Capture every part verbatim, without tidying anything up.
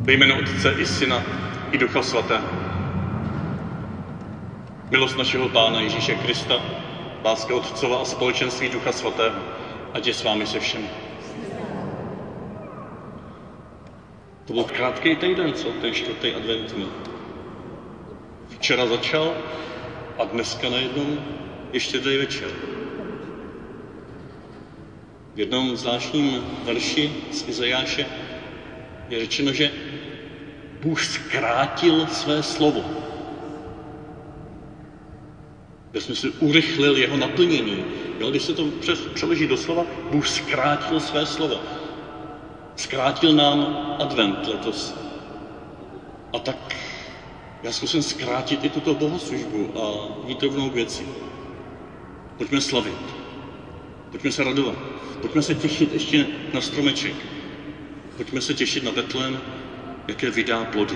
Ve jménu Otce i Syna i Ducha Svatého. Milost našeho Pána Ježíše Krista, láska Otcova a společenství Ducha Svatého, ať je s vámi se všemi. To byl krátký týden, co? Ten čtvrtý adventní. Včera začal a dneska najednou ještě tady večer. V jednom zvláštním verši z Izajáše je řečeno, že Bůh zkrátil své slovo. Ve smyslu urychlil jeho naplnění. Jo, když se to přeloží do slova, Bůh zkrátil své slovo. Zkrátil nám advent letos. A tak já zkusím zkrátit i tuto bohoslužbu a jít rovnou k věci. Pojďme slavit. Pojďme se radovat. Pojďme se těšit ještě na stromeček. Pojďme se těšit na Betlém, jaké vydá plody.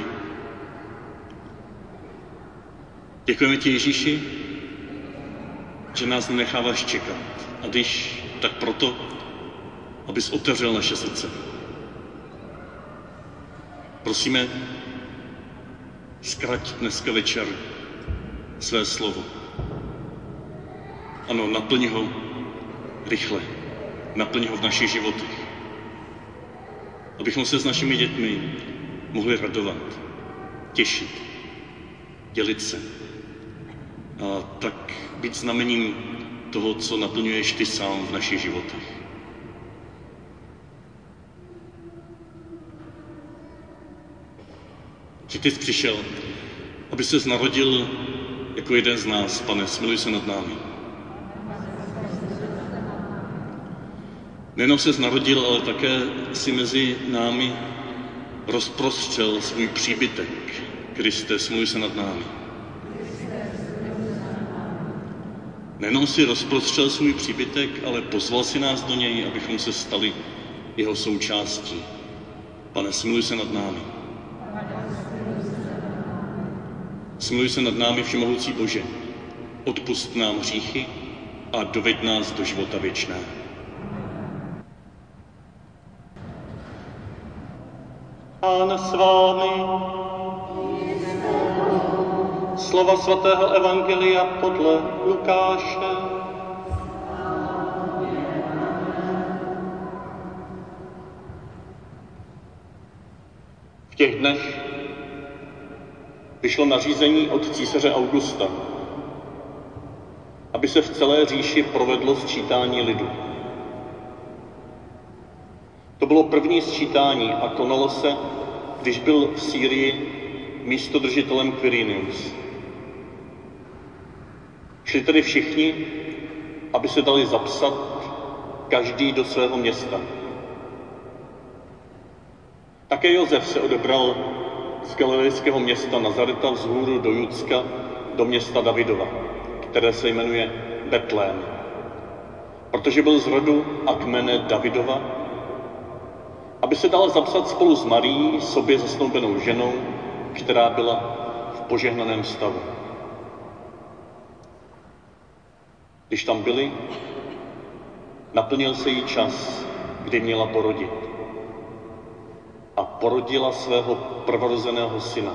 Děkujeme ti, Ježíši, že nás nenecháváš čekat. A když, tak proto, abys otevřel naše srdce. Prosíme, zkrať dneska večer své slovo. Ano, naplň ho rychle. Naplň ho v našich životech. Abychom se s našimi dětmi mohli radovat, těšit, dělit se. A tak být znamením toho, co naplňuješ ty sám v našich životech. Že ty jsi přišel, aby ses narodil jako jeden z nás, Pane, smiluj se nad námi. Nejenom ses narodil, ale také si mezi námi rozprostřel svůj příbytek. Kriste, smiluj se nad námi. Nejenom si rozprostřel svůj příbytek, ale pozval si nás do něj, abychom se stali jeho součástí. Pane, smiluj se nad námi. Smiluj se nad námi, všemohoucí Bože. Odpusť nám hříchy a doveď nás do života věčného. Pán s vámi. Slova svatého evangelia podle Lukáše. V těch dnech vyšlo nařízení od císaře Augusta, aby se v celé říši provedlo sčítání lidu. To bylo první sčítání a konalo se, když byl v Sýrii místodržitelem Quirinius. Šli tedy všichni, aby se dali zapsat, každý do svého města. Také Josef se odebral z galilejského města Nazareta vzhůru do Judska, do města Davidova, které se jmenuje Betlém, protože byl z rodu a kmene Davidova, aby se dal zapsat spolu s Marií, sobě zasnoubenou ženou, která byla v požehnaném stavu. Když tam byli, naplnil se jí čas, kdy měla porodit. A porodila svého prvorozeného syna.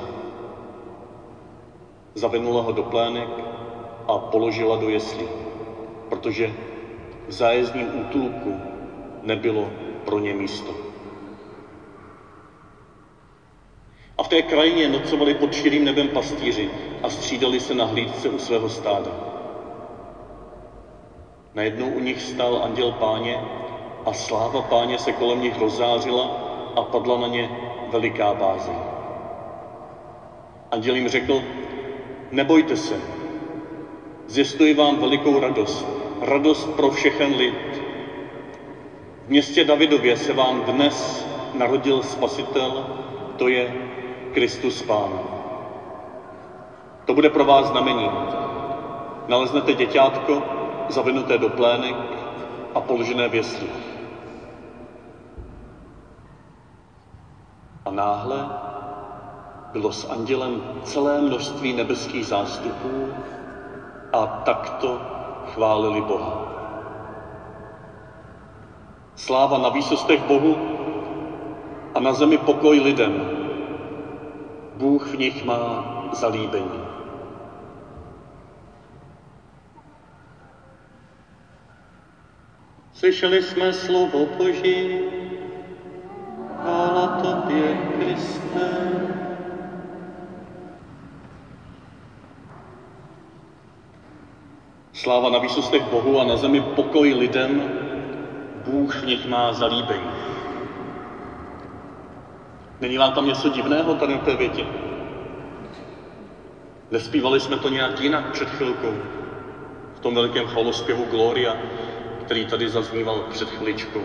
Zavinula ho do plének a položila do jeslí, protože v zájezdním útulku nebylo pro ně místo. A v té krajině nocovali pod širým nebem pastýři a střídali se na hlídce u svého stáda. Najednou u nich stál anděl Páně a sláva Páně se kolem nich rozzářila a padla na ně veliká bázeň. Anděl jim řekl, nebojte se, zjistuji vám velikou radost, radost pro všechen lid. V městě Davidově se vám dnes narodil Spasitel, to je Kristus Pán. To bude pro vás znamení. Naleznete děťátko, zavinuté do plének a položené v jeslích. A náhle bylo s andělem celé množství nebeských zástupů a takto chválili Boha. Sláva na výsostech Bohu a na zemi pokoj lidem, Bůh v nich má zalíbení. Slyšeli jsme slovo Boží, chvála tobě, Kriste. Sláva na výsostech Bohu a na zemi pokoj lidem, Bůh v nich má zalíbení. Není vám tam něco divného tady na té větě? Nespívali jsme to nějak jinak před chvilkou, v tom velikém chvalospěvu Gloria, který tady zazníval před chviličkou.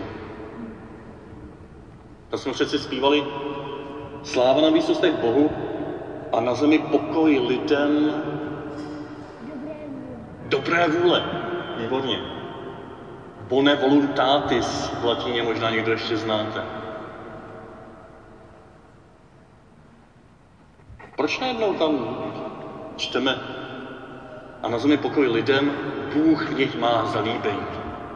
Tak jsme přeci zpívali sláva na výsostech Bohu a na zemi pokoj lidem dobré vůle. Výborně. Bone voluntatis v latině možná někdo ještě znáte. Proč najednou tam čteme a na zemi pokoj lidem, Bůh v nich má zalíbení?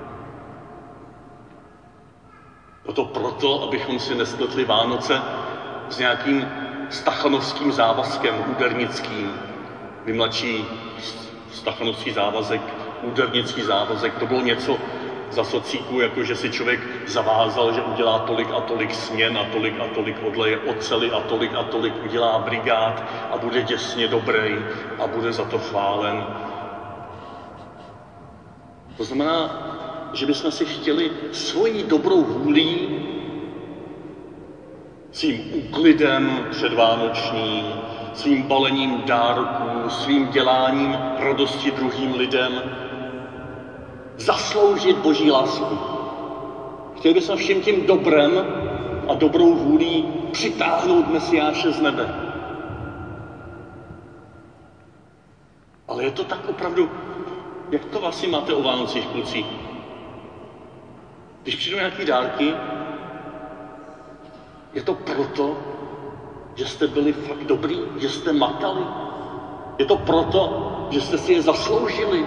No to proto, abychom si nespletli Vánoce s nějakým stachanovským závazkem údernickým. Vy mladší stachanovský závazek, údernický závazek, to bylo něco za socíku, jako že si člověk zavázal, že udělá tolik a tolik směn a tolik a tolik odleje oceli a tolik a tolik udělá brigád a bude děsně dobrý a bude za to chválen. To znamená, že bychom si chtěli svojí dobrou vůlí, svým úklidem předvánočním, svým balením dárků, svým děláním radosti druhým lidem, zasloužit Boží lásku. Chtěli bychom všem tím dobrem a dobrou vůlí přitáhnout Mesiáše z nebe. Ale je to tak opravdu, jak to vlastně máte o Vánocích, kluci? Když přijdou nějaký dárky, je to proto, že jste byli fakt dobrý, že jste makali. Je to proto, že jste si je zasloužili.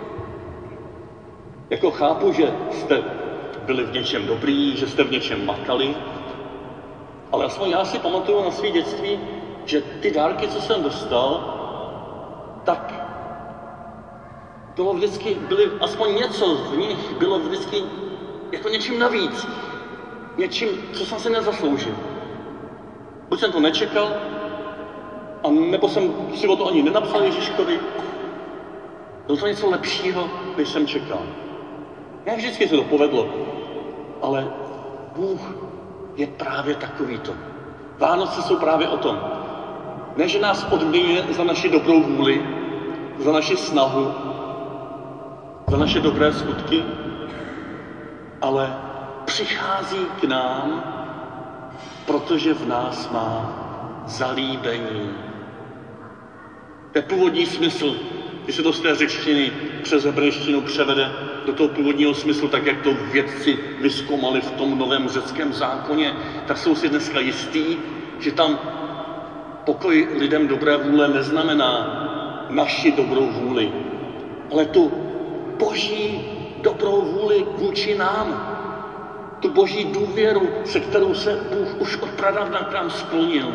Jako chápu, že jste byli v něčem dobrý, že jste v něčem makali, ale aspoň já si pamatuju na své dětství, že ty dárky, co jsem dostal, tak bylo vždycky, byly aspoň něco v nich, bylo vždycky jako něčím navíc. Něčím, co jsem si nezasloužil. Buď jsem to nečekal, a nebo jsem si o to ani nenapsal Ježíškovi. Bylo to něco lepšího, než jsem čekal. Ne vždycky se to povedlo, ale Bůh je právě takovýto. Vánoce jsou právě o tom. Ne, že nás odměňuje za naši dobrou vůli, za naši snahu, za naše dobré skutky, ale přichází k nám, protože v nás má zalíbení. To je původní smysl, když se to z té řečtiny přes hebrejštinu převede do toho původního smyslu, tak jak to vědci vyzkoumali v tom novém řeckém zákoně, tak jsou si dneska jistí, že tam pokoj lidem dobré vůle neznamená naši dobrou vůli, ale tu Boží dobrou vůli vůči nám. Tu Boží důvěru, se kterou se Bůh už od pradávna k nám sklonil.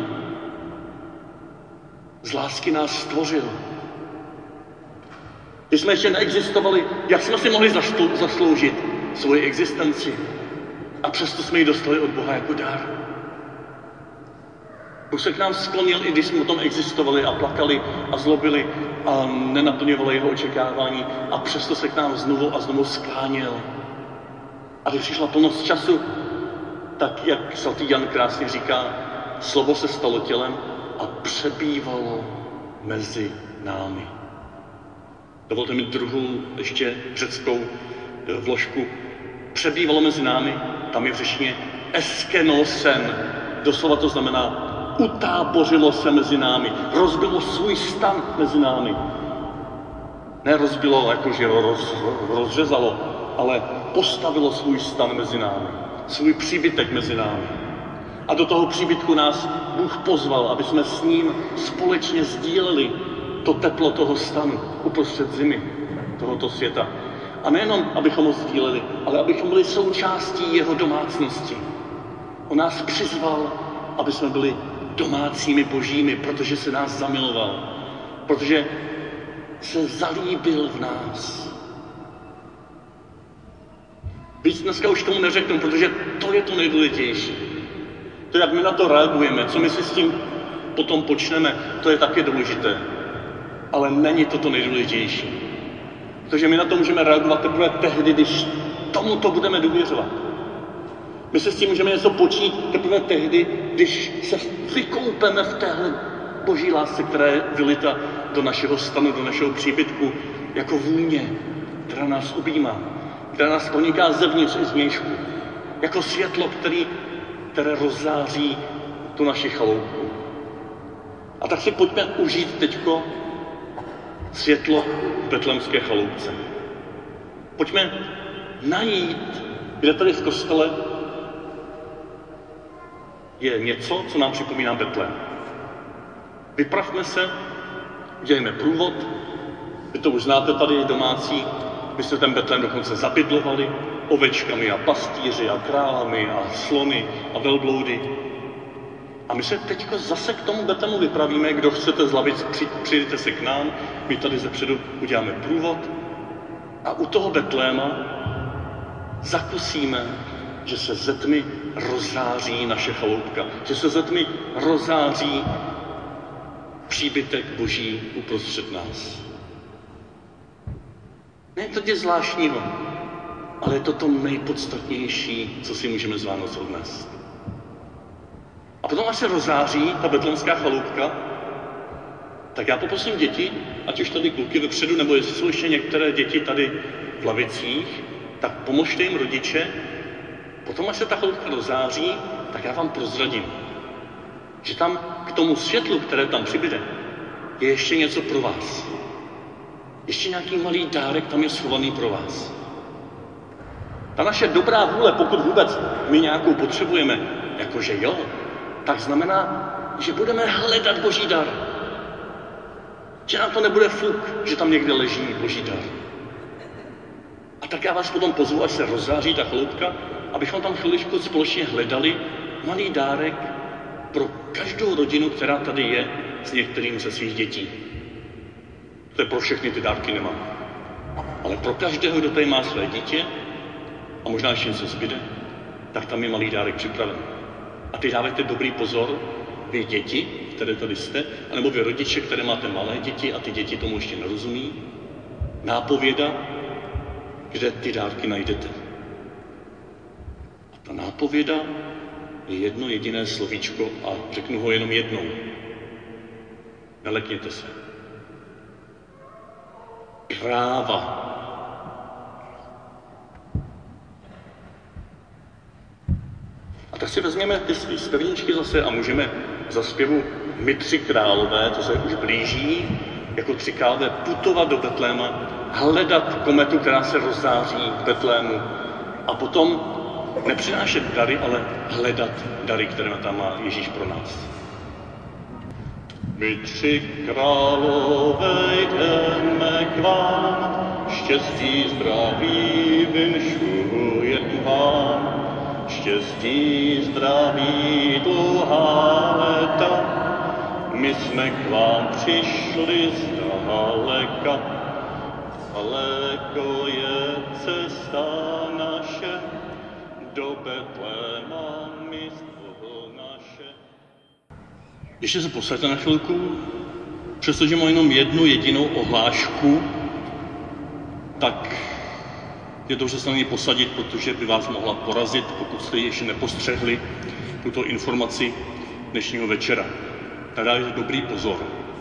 Z lásky nás stvořil. Když jsme ještě neexistovali, jak jsme si mohli zasloužit svoji existenci? A přesto jsme ji dostali od Boha jako dar. Bůh se k nám sklonil, i když jsme o tom existovali a plakali a zlobili a nenaplňovali jeho očekávání, a přesto se k nám znovu a znovu skláněl. A když přišla plnost času, tak jak svatý Jan krásně říká, slovo se stalo tělem a přebývalo mezi námi. Dovolte mi druhou ještě řeckou vložku. Přebývalo mezi námi, tam je v řečtině eskenosen. Doslova to znamená utábořilo se mezi námi, rozbilo svůj stan mezi námi. Ne rozbilo, jakože roz, rozřezalo, ale postavilo svůj stan mezi námi, svůj příbytek mezi námi. A do toho příbytku nás Bůh pozval, aby jsme s ním společně sdíleli to teplo toho stanu uprostřed zimy tohoto světa. A nejenom, abychom ho sdíleli, ale abychom byli součástí jeho domácnosti. On nás přizval, aby jsme byli domácími božími, protože se nás zamiloval, protože se zalíbil v nás. Víc dneska už tomu neřeknu, protože to je to nejdůležitější. To, jak my na to reagujeme, co my si s tím potom počneme, to je také důležité. Ale není to to nejdůležitější. Protože my na to můžeme reagovat teprve tehdy, když tomuto budeme důvěřovat. My se s tím můžeme něco počít teprve tehdy, když se vykoupeme v téhle boží lásce, která je vylita do našeho stanu, do našeho příbytku, jako vůně, která nás objímá, která nás proniká zevnitř i zvnějšku, jako světlo, který, které rozzáří tu naši chaloupku. A tak si pojďme užít teďko světlo v betlémské chaloupce. Pojďme najít, kde tady v kostele je něco, co nám připomíná Betlém. Vypravme se, udělejme průvod, vy to už znáte tady domácí, my jsme ten Betlém dokonce zabydlovali ovečkami a pastýři a králami a slony a velbloudy. A my se teď zase k tomu Betlému vypravíme, kdo chcete z lavic, přijdete se k nám, my tady zepředu uděláme průvod a u toho Betléma zakusíme, že se ze tmy rozzáří naše chaloupka, že se ze tmy rozzáří příbytek Boží uprostřed nás. Ne to je zvláštního, ale je to to nejpodstatnější, co si můžeme z Vánoc odnést. A potom, až se rozzáří ta betlémská chaloupka, tak já poprosím děti, ať už tady kluky vepředu, nebo jestli jsou ještě některé děti tady v lavicích, tak pomožte jim rodiče. Potom, až se ta chaloupka rozzáří, tak já vám prozradím, že tam k tomu světlu, které tam přibyde, je ještě něco pro vás. Ještě nějaký malý dárek tam je schovaný pro vás. Ta naše dobrá vůle, pokud vůbec my nějakou potřebujeme, jakože jo, tak znamená, že budeme hledat Boží dar. Že nám to nebude fuk, že tam někde leží Boží dar. A tak já vás potom pozvu, až se rozzáří ta chaloupka, abychom tam chviličku společně hledali malý dárek pro každou rodinu, která tady je s některým ze svých dětí. To je pro všechny ty dárky nemám. Ale pro každého, kdo tady má své dítě, a možná ještě něco zbyde, tak tam je malý dárek připraven. A ty dávejte dobrý pozor, vy děti, které tady jste, anebo vy rodiče, které máte malé děti a ty děti tomu ještě nerozumí. Nápověda, kde ty dárky najdete. A ta nápověda je jedno jediné slovíčko a řeknu ho jenom jednou. Nelekněte se. Kráva. A tak si vezměme ty svý zpěvničky zase a můžeme za zpěvu My tři králové, to se už blíží, jako tři králové putovat do Betléma, hledat kometu, která se rozzáří v Betlému a potom nepřinášet dary, ale hledat dary, které tam má Ježíš pro nás. My tři králové jdeme k vám, štěstí zdraví vinšujem vám. Štěstí, zdraví, dlouhá léta, my jsme k vám přišli zdaleka. Daleko je cesta naše, do Betléma místo naše. Ještě se posaďte na chvilku, přestože mám jenom jednu jedinou ohlášku, tak je dobře se na ní posadit, protože by vás mohla porazit, pokud jste ještě nepostřehli tuto informaci dnešního večera. Tak dávajte dobrý pozor.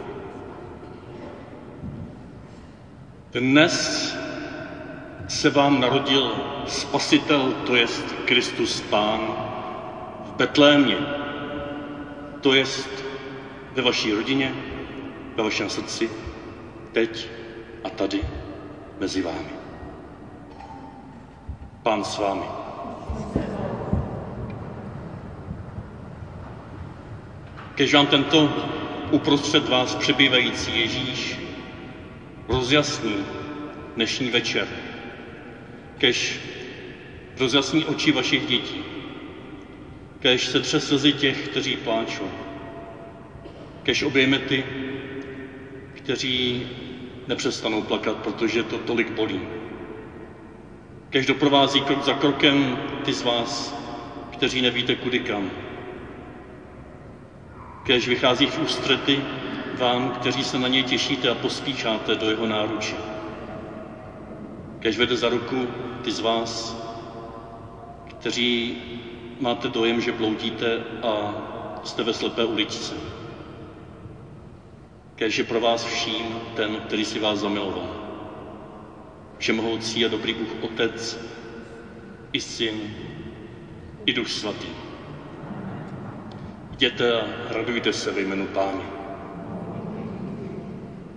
Dnes se vám narodil Spasitel, to jest Kristus Pán, v Betlémě, to jest ve vaší rodině, ve vašem srdci, teď a tady mezi vámi. Pán s vámi. Kež vám tento uprostřed vás přebývající Ježíš rozjasní dnešní večer. Kež rozjasní oči vašich dětí. Kež se tře slzy těch, kteří pláčou. Kéž obejme ty, kteří nepřestanou plakat, protože to tolik bolí. Kéž doprovází krok za krokem ty z vás, kteří nevíte kudy kam. Kéž vychází v ústrety vám, kteří se na něj těšíte a pospícháte do jeho náruče. Kéž vede za ruku ty z vás, kteří máte dojem, že bloudíte a jste ve slepé uličce. Kéž je pro vás vším ten, který si vás zamiloval. Všemohoucí a dobrý Bůh Otec, i Syn, i Duch Svatý. Jděte a radujte se ve jménu Páně.